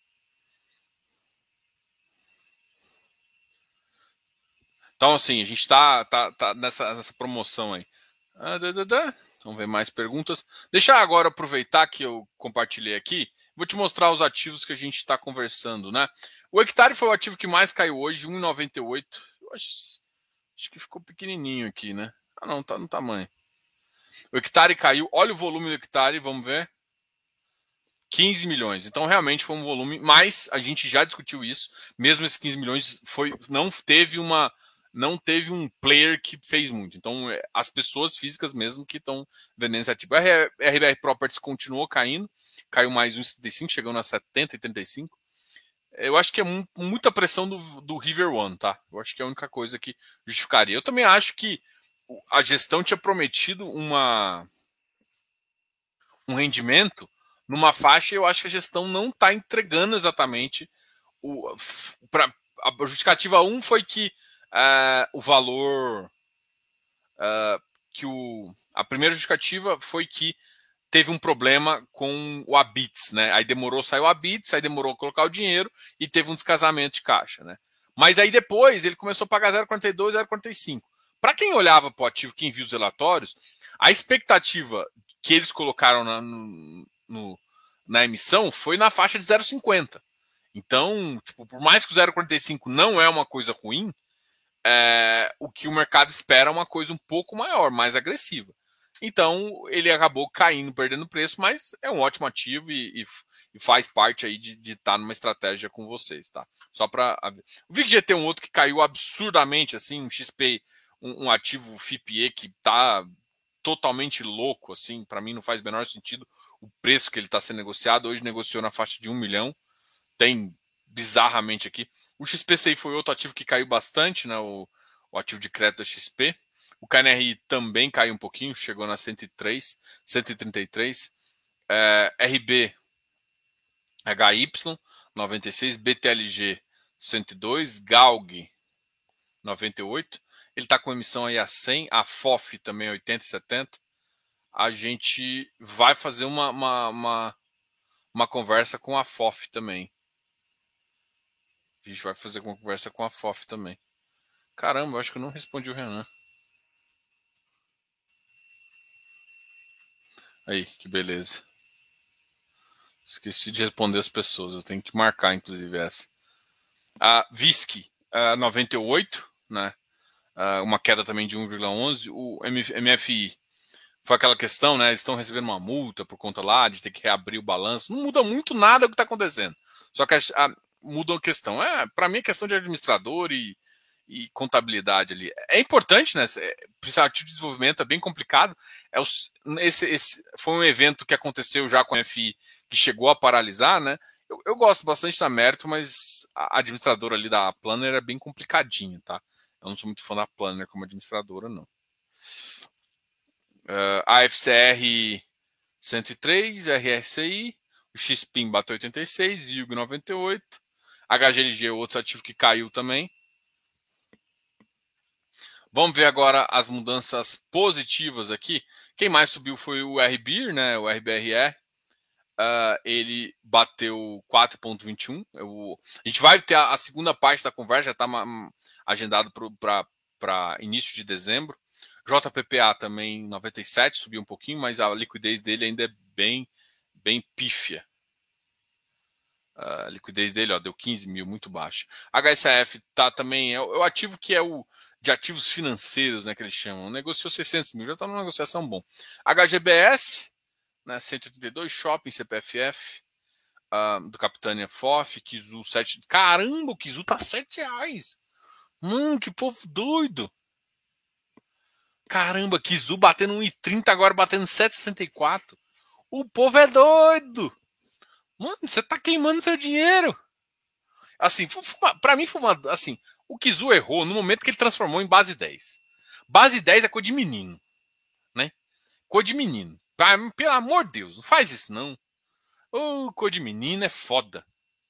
Então, assim, a gente está nessa promoção aí. Vamos ver mais perguntas. Deixa agora aproveitar que eu compartilhei aqui. Vou te mostrar os ativos que a gente está conversando, né? O hectare foi o ativo que mais caiu hoje, 1,98. Acho que ficou pequenininho aqui, né? Ah, não, tá no tamanho. O hectare caiu. Olha o volume do hectare, vamos ver. 15 milhões. Então, realmente foi um volume, mas a gente já discutiu isso. Mesmo esses 15 milhões, não teve um player que fez muito. Então, as pessoas físicas mesmo que estão vendendo esse ativo. A RBR Properties continuou caindo, caiu mais 1,75, chegando a 70 e 35. Eu acho que é muita pressão do River One, tá? Eu acho que é a única coisa que justificaria. Eu também acho que a gestão tinha prometido um rendimento numa faixa, eu acho que a gestão não está entregando exatamente a justificativa 1 foi que o valor a primeira justificativa foi que teve um problema com o Abits, né? Aí demorou, saiu o Abits, aí demorou a colocar o dinheiro e teve um descasamento de caixa, né? Mas aí depois ele começou a pagar 0,42, 0,45. Para quem olhava para o ativo, quem viu os relatórios, a expectativa que eles colocaram na emissão foi na faixa de 0,50. Então, tipo, por mais que o 0,45 não é uma coisa ruim, o que o mercado espera é uma coisa um pouco maior, mais agressiva. Então, ele acabou caindo, perdendo preço, mas é um ótimo ativo e faz parte aí de estar numa estratégia com vocês, tá? Só para o VIGGT é um outro que caiu absurdamente, assim, um XP, um ativo FIPE que tá totalmente louco, assim, para mim não faz o menor sentido o preço que ele está sendo negociado. Hoje negociou na faixa de 1 milhão, tem bizarramente aqui. O XPCI foi outro ativo que caiu bastante, né? O ativo de crédito da XP. O KNRI também caiu um pouquinho, chegou na 103, 133. RB HY 96, BTLG 102, GALG 98. Ele está com emissão aí a 100, a FOF também 80 e 70. A gente vai fazer uma conversa com a FOF também. A gente vai fazer uma conversa com a FOF também. Caramba, eu acho que eu não respondi o Renan. Aí, que beleza. Esqueci de responder as pessoas. Eu tenho que marcar, inclusive, essa. A VISC 98, né? Uma queda também de 1,11. O MFI foi aquela questão, né? Eles estão recebendo uma multa por conta lá de ter que reabrir o balanço. Não muda muito nada o que está acontecendo. Só que muda a questão. Para mim, é questão de administrador e contabilidade ali. É importante, né? Precisar de desenvolvimento é bem complicado. Esse foi um evento que aconteceu já com a FI, que chegou a paralisar, né? Eu gosto bastante da Mérito, mas a administradora ali da Planner é bem complicadinha, tá? Eu não sou muito fã da Planner como administradora, não. A FCR 103, RSI, o XPIN bateu 86, IUG 98, HGLG, outro ativo que caiu também. Vamos ver agora as mudanças positivas aqui. Quem mais subiu foi o RBIR, né? O RBRR. Ele bateu 4,21. A gente vai ter a segunda parte da conversa, já está agendado para início de dezembro. JPPA também 97, subiu um pouquinho, mas a liquidez dele ainda é bem pífia. A liquidez dele deu 15 mil, muito baixa. HSAF tá também, é o ativo que é o de ativos financeiros, né, que eles chamam. Negociou 600 mil, já está numa negociação bom. HGBS, né, 132, Shopping, CPFF, do Capitânia FOF, Kizu 7. Caramba, o Kizu tá R$7. Que povo doido. Caramba, Kizu batendo 1,30, agora batendo 7,64. O povo é doido. Mano, você tá queimando seu dinheiro. Assim, para mim foi uma. Assim, o Kizu errou no momento que ele transformou em base 10. Base 10 é coisa de menino, né? Coisa de menino. Pelo amor de Deus, não faz isso não. Ô, coisa de menino é foda.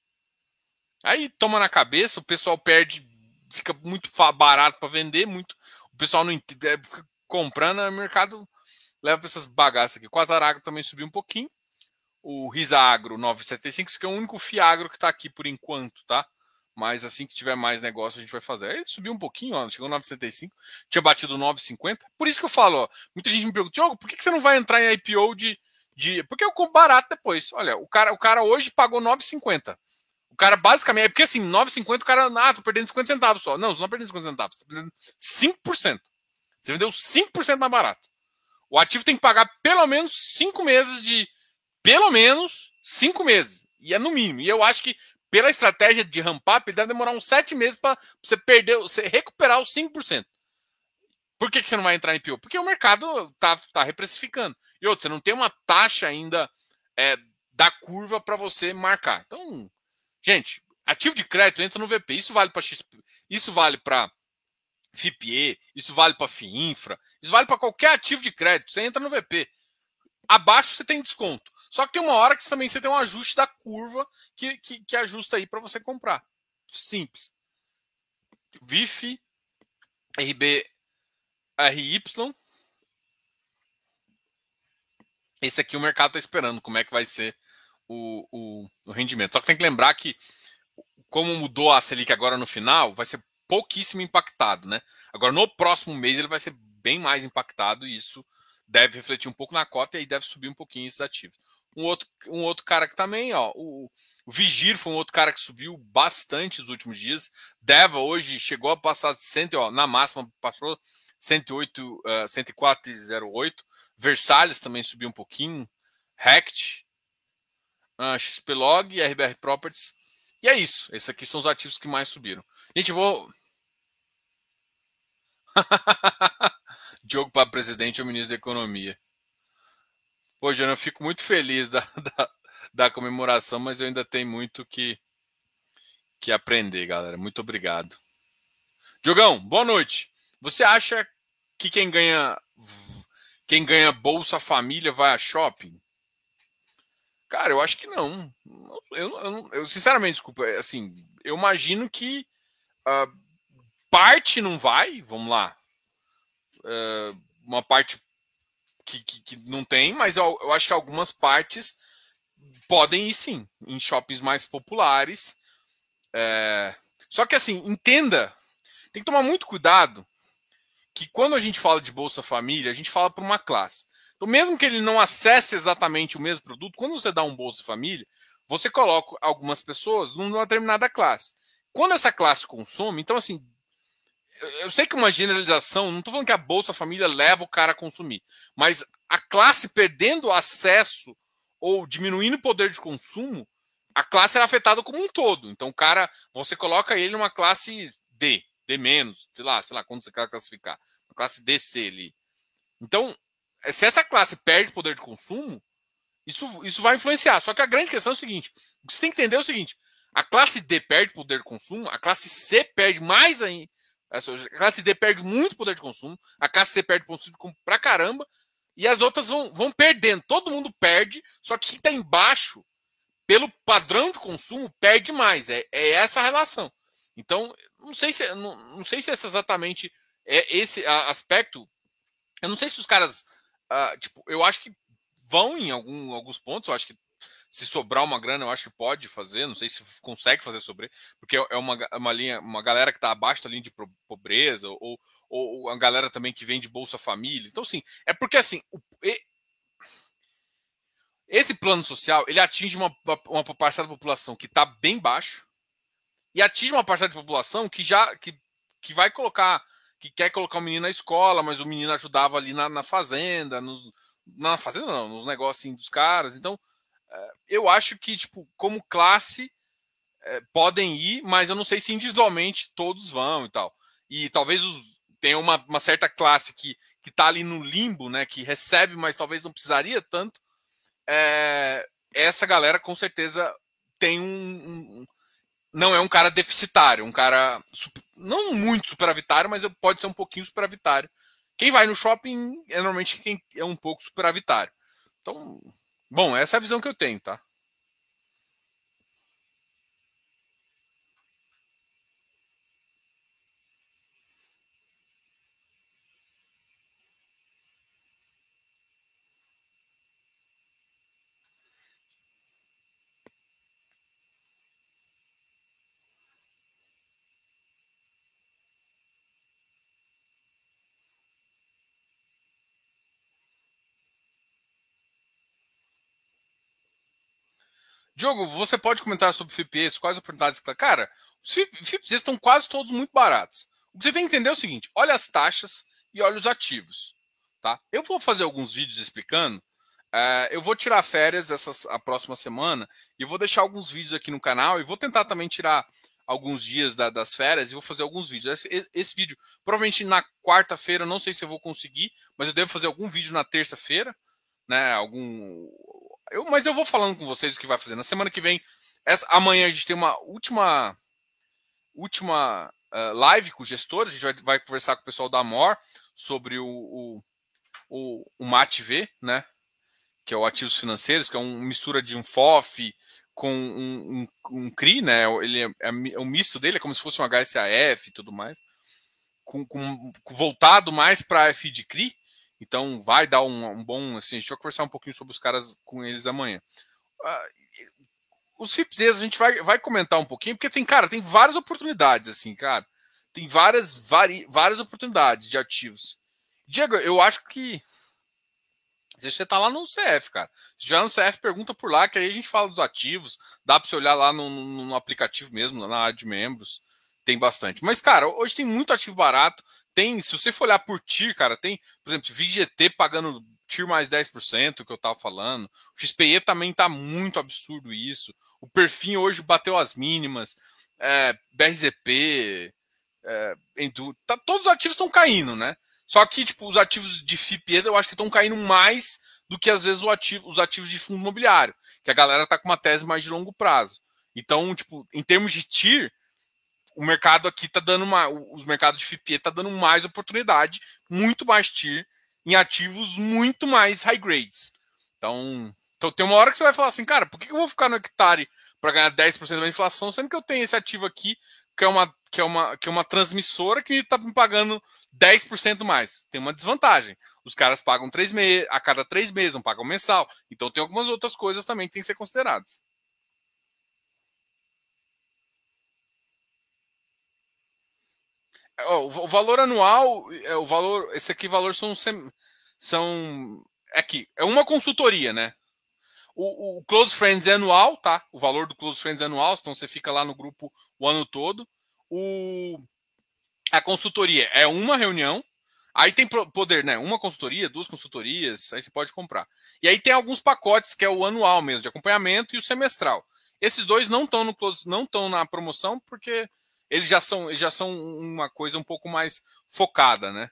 Aí toma na cabeça, o pessoal perde, fica muito barato para vender, muito. O pessoal não fica comprando, o mercado leva para essas bagaças aqui. O Quasarago também subiu um pouquinho. O Risagro 9,75, que é o único Fiagro que está aqui por enquanto, tá? Mas assim que tiver mais negócio a gente vai fazer. Aí ele subiu um pouquinho, chegou 9,75, tinha batido 9,50. Por isso que eu falo, muita gente me pergunta, Diogo, por que você não vai entrar em IPO porque eu compro barato depois. Olha, o cara hoje pagou 9,50. O cara basicamente, porque assim, 9,50 o cara, tô perdendo 50 centavos só. Não, você não tá perdendo 50 centavos, você tá perdendo 5%. Você vendeu 5% mais barato. O ativo tem que pagar pelo menos 5 meses de pelo menos 5 meses. E é no mínimo. E eu acho que pela estratégia de ramp up, deve demorar uns 7 meses para você recuperar os 5%. Por que você não vai entrar em IPO? Porque o mercado tá reprecificando. E outro, você não tem uma taxa ainda da curva para você marcar. Então, gente, ativo de crédito entra no VP. Isso vale para XP, isso vale para FIPE, isso vale para FIINFRA, isso vale para qualquer ativo de crédito. Você entra no VP. Abaixo você tem desconto. Só que tem uma hora que também você tem um ajuste da curva que ajusta aí para você comprar. Simples. VIF, RB, RY. esse aqui o mercado está esperando como é que vai ser o rendimento. Só que tem que lembrar que, como mudou a Selic agora no final, vai ser pouquíssimo impactado, né? Agora, no próximo mês, ele vai ser bem mais impactado e isso deve refletir um pouco na cota e aí deve subir um pouquinho esses ativos. Um outro cara que também, ó, o Vigir foi um outro cara que subiu bastante nos últimos dias. Deva hoje chegou a passar de 100, ó, na máxima passou 108, 104,08. Versalhes também subiu um pouquinho. Rect, XPlog, RBR Properties. E é isso. Esses aqui são os ativos que mais subiram. Gente, eu vou. Diogo para presidente ou ministro da Economia. Pô, Jana, eu fico muito feliz da comemoração, mas eu ainda tenho muito que aprender, galera. Muito obrigado. Diogão, boa noite. Você acha que quem ganha Bolsa Família vai a shopping? Cara, eu acho que não. Eu, sinceramente, desculpa, assim, eu imagino que uh, parte não vai, vamos lá, uma parte que não tem, mas eu acho que algumas partes podem ir sim, em shoppings mais populares. Só que assim, entenda, tem que tomar muito cuidado que quando a gente fala de Bolsa Família, a gente fala para uma classe. Então, mesmo que ele não acesse exatamente o mesmo produto, quando você dá um Bolsa Família, você coloca algumas pessoas numa determinada classe. Quando essa classe consome, então assim, eu sei que uma generalização, não estou falando que a Bolsa Família leva o cara a consumir, mas a classe perdendo acesso ou diminuindo o poder de consumo, a classe era afetada como um todo. Então, o cara, você coloca ele numa classe D, D menos, sei lá, quando você quer classificar, uma classe DC ali. Então, se essa classe perde poder de consumo, isso vai influenciar. Só que a grande questão é o seguinte: o que você tem que entender é o seguinte: a classe D perde poder de consumo, a classe C perde mais ainda. A classe D perde muito poder de consumo, a classe C perde poder de consumo pra caramba, e as outras vão perdendo. Todo mundo perde, só que quem está embaixo, pelo padrão de consumo, perde mais. É essa a relação. Então, não sei se esse exatamente é esse aspecto. Eu não sei se os caras. Tipo, eu acho que vão em alguns pontos. Eu acho que se sobrar uma grana, eu acho que pode fazer. Não sei se consegue fazer sobre, porque é uma linha, uma galera que está abaixo da linha de pobreza, ou a galera também que vem de Bolsa Família. Então, assim, é porque assim, esse plano social ele atinge uma parcela da população que está bem baixo e atinge uma parcela de população que vai colocar, que quer colocar o menino na escola, mas o menino ajudava ali na fazenda, na fazenda não, nos negócios assim, dos caras. Então, eu acho que, tipo, como classe, podem ir, mas eu não sei se individualmente todos vão e tal. E talvez tenha uma certa classe que tá ali no limbo, né, que recebe, mas talvez não precisaria tanto. Essa galera com certeza tem não é um cara deficitário, um cara não muito superavitário, mas pode ser um pouquinho superavitário. Quem vai no shopping é normalmente quem é um pouco superavitário. Então, bom, essa é a visão que eu tenho, tá? Diogo, você pode comentar sobre FIPEs, quais oportunidades que tá? Cara, os FIPs estão quase todos muito baratos. O que você tem que entender é o seguinte: olha as taxas e olha os ativos. Tá? Eu vou fazer alguns vídeos explicando. Eu vou tirar férias a próxima semana e vou deixar alguns vídeos aqui no canal e vou tentar também tirar alguns dias das férias e vou fazer alguns vídeos. Esse vídeo, provavelmente na quarta-feira, não sei se eu vou conseguir, mas eu devo fazer algum vídeo na terça-feira, né? Mas eu vou falando com vocês o que vai fazer. Na semana que vem, amanhã a gente tem uma última live com gestores. A gente vai conversar com o pessoal da Amor sobre o MATV, né? Que é o ativos financeiros, que é uma mistura de um FOF com um CRI, né? O misto dele é como se fosse um HSAF e tudo mais, voltado mais para FI de CRI. Então vai dar um bom. Assim, a gente vai conversar um pouquinho sobre os caras com eles amanhã. Ah, os FIPZs a gente vai comentar um pouquinho, porque tem várias oportunidades, assim, cara. Tem várias oportunidades de ativos. Diego, eu acho que você tá lá no CF, cara. Já no CF, pergunta por lá, que aí a gente fala dos ativos. Dá pra você olhar lá no aplicativo mesmo, na área de membros. Tem bastante. Mas, cara, hoje tem muito ativo barato. Tem, se você for olhar por TIR, cara, tem, por exemplo, VGT pagando TIR mais 10%, que eu tava falando. O XPE também tá muito absurdo isso. O Perfim hoje bateu as mínimas. BRZP, todos os ativos estão caindo, né? Só que, tipo, os ativos de FIPE eu acho que estão caindo mais do que, às vezes, os ativos de fundo imobiliário, que a galera tá com uma tese mais de longo prazo. Então, tipo, em termos de TIR, o mercado aqui tá dando o mercado de FIPE tá dando mais oportunidade, muito mais TIR, em ativos muito mais high grades. Então tem uma hora que você vai falar assim, cara, por que eu vou ficar no hectare para ganhar 10% da inflação, sendo que eu tenho esse ativo aqui, que é uma transmissora que está me pagando 10% mais. Tem uma desvantagem. Os caras pagam 3 meses, a cada 3 meses, não pagam mensal. Então tem algumas outras coisas também que tem que ser consideradas. O valor anual, esse aqui valor são aqui, é uma consultoria, né? O Close Friends é anual, tá? O valor do Close Friends é anual, então você fica lá no grupo o ano todo. A consultoria é uma reunião, aí tem poder, né? Uma consultoria, duas consultorias, aí você pode comprar. E aí tem alguns pacotes que é o anual mesmo, de acompanhamento e o semestral. Esses dois não estão no Close, não estão na promoção porque eles já são uma coisa um pouco mais focada, né?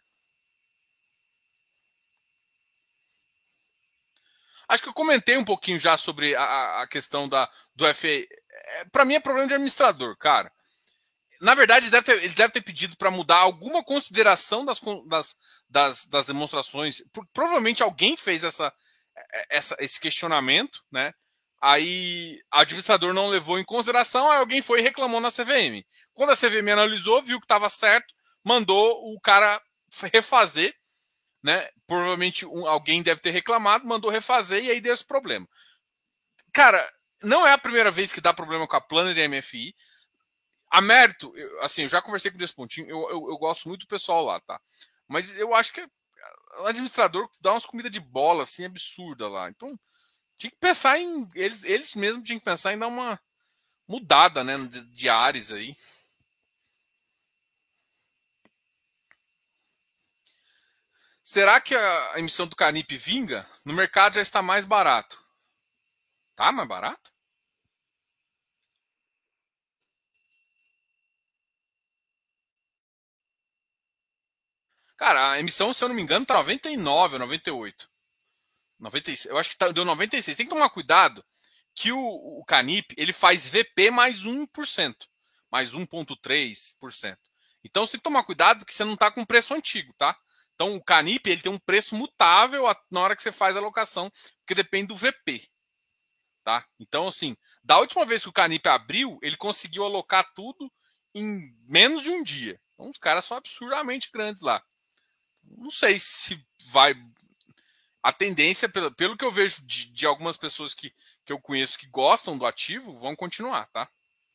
Acho que eu comentei um pouquinho já sobre a questão do FA. Para mim é problema de administrador, cara. Na verdade, eles devem ter pedido para mudar alguma consideração das demonstrações. Provavelmente alguém fez esse questionamento, né? Aí o administrador não levou em consideração, aí alguém foi e reclamou na CVM. Quando a CVM analisou, viu que estava certo, mandou o cara refazer, né? Provavelmente alguém deve ter reclamado, mandou refazer e aí deu esse problema. Cara, não é a primeira vez que dá problema com a Planner e a MFI. A mérito, assim, eu já conversei com o Despontinho, eu gosto muito do pessoal lá, tá? Mas eu acho que o administrador dá umas comidas de bola, assim, absurda lá. Então, tinha que pensar em. Eles mesmos tinham que pensar em dar uma mudada, né, de ares aí. Será que a emissão do Canip vinga? No mercado já está mais barato. Tá mais barato? Cara, a emissão, se eu não me engano, tá 99 ou 98. 96, eu acho que deu 96. Tem que tomar cuidado que o Canip ele faz VP mais 1%, mais 1,3%. Então você tem que tomar cuidado que você não está com preço antigo, tá? Então o Canip ele tem um preço mutável na hora que você faz a alocação, porque depende do VP, tá? Então assim, da última vez que o Canip abriu, ele conseguiu alocar tudo em menos de um dia. Então os caras são absurdamente grandes lá. Não sei se vai a tendência, pelo que eu vejo de algumas pessoas que eu conheço que gostam do ativo, vão continuar, tá?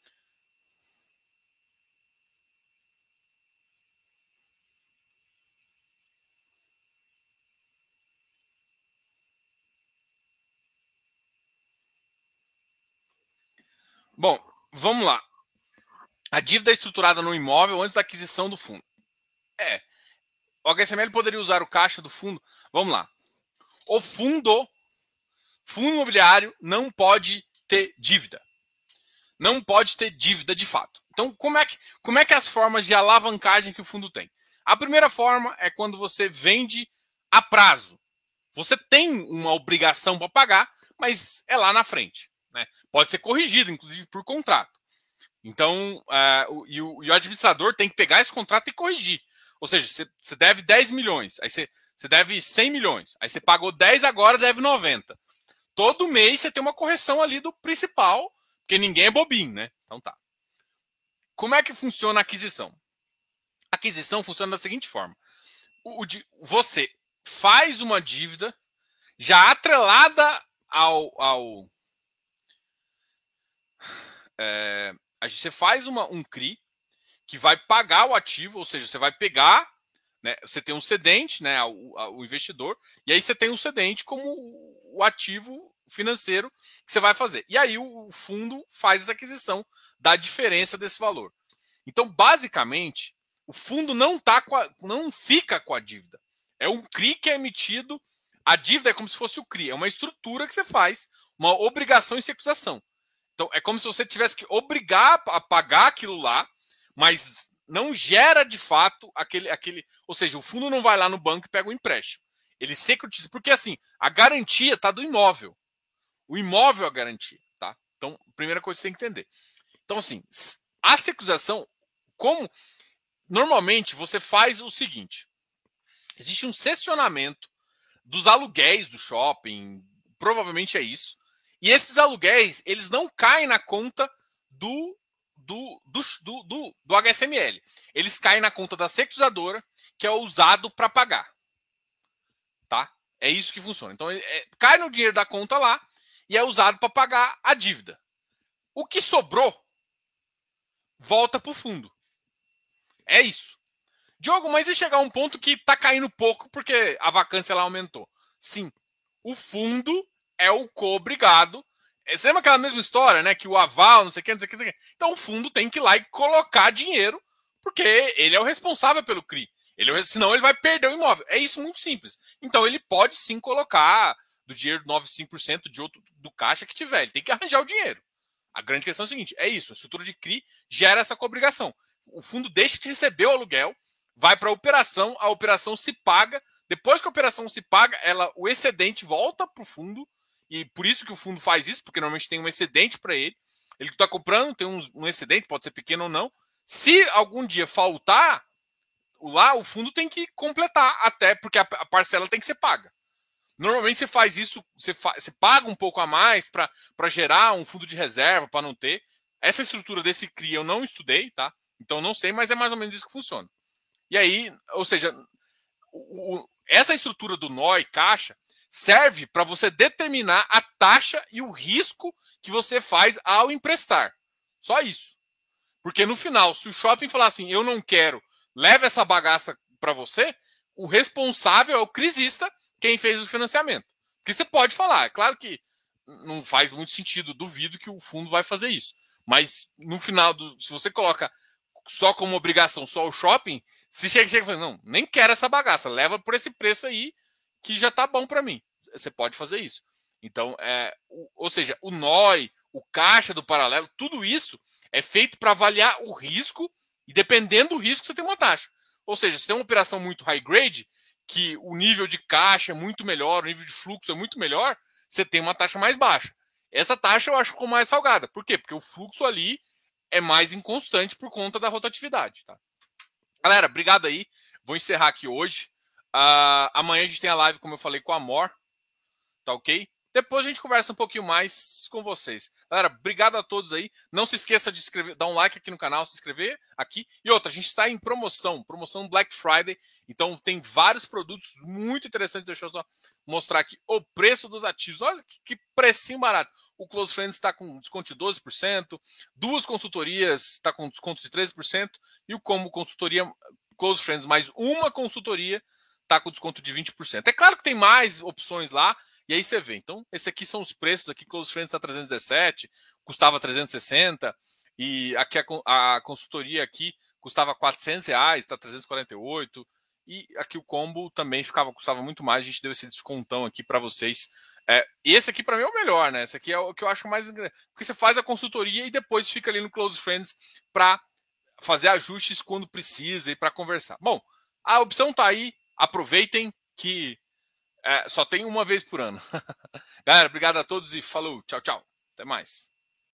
Bom, vamos lá. A dívida é estruturada no imóvel antes da aquisição do fundo. É. O HSML poderia usar o caixa do fundo. Vamos lá. O fundo imobiliário não pode ter dívida. Não pode ter dívida de fato. Então, como é que as formas de alavancagem que o fundo tem? A primeira forma é quando você vende a prazo. Você tem uma obrigação para pagar, mas é lá na frente. Né? Pode ser corrigido, inclusive, por contrato. Então, o administrador tem que pegar esse contrato e corrigir. Ou seja, você deve 10 milhões, aí você deve 100 milhões, aí você pagou 10 agora, deve 90. Todo mês você tem uma correção ali do principal, porque ninguém é bobinho, né? Então tá. Como é que funciona a aquisição? A aquisição funciona da seguinte forma: você faz uma dívida já atrelada você faz um CRI que vai pagar o ativo, ou seja, você vai pegar, né, você tem um cedente, né, o investidor, e aí você tem um cedente como o ativo financeiro que você vai fazer. E aí o fundo faz essa aquisição da diferença desse valor. Então, basicamente, o fundo não fica com a dívida. É um CRI que é emitido. A dívida é como se fosse o CRI, é uma estrutura que você faz, uma obrigação em securitização. Então, é como se você tivesse que obrigar a pagar aquilo lá, mas não gera de fato aquele. Ou seja, o fundo não vai lá no banco e pega o empréstimo. Ele securitiza. Porque assim, a garantia está do imóvel. O imóvel é a garantia. Tá? Então, primeira coisa que você tem que entender. Então, assim, a securitização, como normalmente você faz o seguinte: existe um cessionamento dos aluguéis do shopping, provavelmente é isso. E esses aluguéis, eles não caem na conta do HSML. Eles caem na conta da securizadora, que é usado para pagar. Tá? É isso que funciona. Então, cai no dinheiro da conta lá e é usado para pagar a dívida. O que sobrou volta para o fundo. É isso. Diogo, mas e chegar a um ponto que está caindo pouco porque a vacância lá aumentou? Sim. O fundo é o co-obrigado. Você lembra aquela mesma história, né? Que o aval, não sei o que, não sei o que, não sei o que. Então o fundo tem que ir lá e colocar dinheiro, porque ele é o responsável pelo CRI. Senão ele vai perder o imóvel. É isso muito simples. Então ele pode sim colocar do dinheiro 95% de outro do caixa que tiver. Ele tem que arranjar o dinheiro. A grande questão é a seguinte: é isso. A estrutura de CRI gera essa cobrigação. O fundo deixa de receber o aluguel, vai para a operação se paga. Depois que a operação se paga, o excedente volta para o fundo. E por isso que o fundo faz isso, porque normalmente tem um excedente para ele. Ele está comprando, tem um excedente, pode ser pequeno ou não. Se algum dia faltar, lá o fundo tem que completar, até porque a parcela tem que ser paga. Normalmente você faz isso, você paga um pouco a mais para gerar um fundo de reserva, para não ter. Essa estrutura desse CRI eu não estudei, tá? Então não sei, mas é mais ou menos isso que funciona. E aí, ou seja, essa estrutura do nó e caixa serve para você determinar a taxa e o risco que você faz ao emprestar. Só isso. Porque no final, se o shopping falar assim, eu não quero, leve essa bagaça para você, o responsável é o crisista, quem fez o financiamento. Porque você pode falar, é claro que não faz muito sentido, duvido que o fundo vai fazer isso. Mas no final, se você coloca só como obrigação só o shopping, se chega e fala, não, nem quero essa bagaça, leva por esse preço aí que já tá bom para mim. Você pode fazer isso. Então, ou seja, o NOI, o caixa do paralelo, tudo isso é feito para avaliar o risco e dependendo do risco você tem uma taxa. Ou seja, se tem uma operação muito high grade, que o nível de caixa é muito melhor, o nível de fluxo é muito melhor, você tem uma taxa mais baixa. Essa taxa eu acho que ficou mais salgada. Por quê? Porque o fluxo ali é mais inconstante por conta da rotatividade. Tá? Galera, obrigado aí. Vou encerrar aqui hoje. Amanhã a gente tem a live, como eu falei, com a Amor. Tá ok? Depois a gente conversa um pouquinho mais com vocês. Galera, obrigado a todos aí. Não se esqueça de dar um like aqui no canal, se inscrever aqui. E outra, a gente está em promoção Black Friday. Então tem vários produtos muito interessantes. Deixa eu só mostrar aqui o preço dos ativos. Olha que precinho barato. O Close Friends está com desconto de 12%. Duas consultorias está com desconto de 13%. E o Combo Consultoria Close Friends mais uma consultoria está com desconto de 20%. É claro que tem mais opções lá. E aí você vê. Então, esses aqui são os preços. Aqui, Close Friends está 317, custava 360. E aqui a consultoria aqui custava R$ 400, está 348. E aqui o combo também custava muito mais. A gente deu esse descontão aqui para vocês. Esse aqui para mim é o melhor, né? Esse aqui é o que eu acho mais... Porque você faz a consultoria e depois fica ali no Close Friends para fazer ajustes quando precisa e para conversar. Bom, a opção tá aí. Aproveitem que só tem uma vez por ano. Galera, obrigado a todos e falou. Tchau, tchau. Até mais.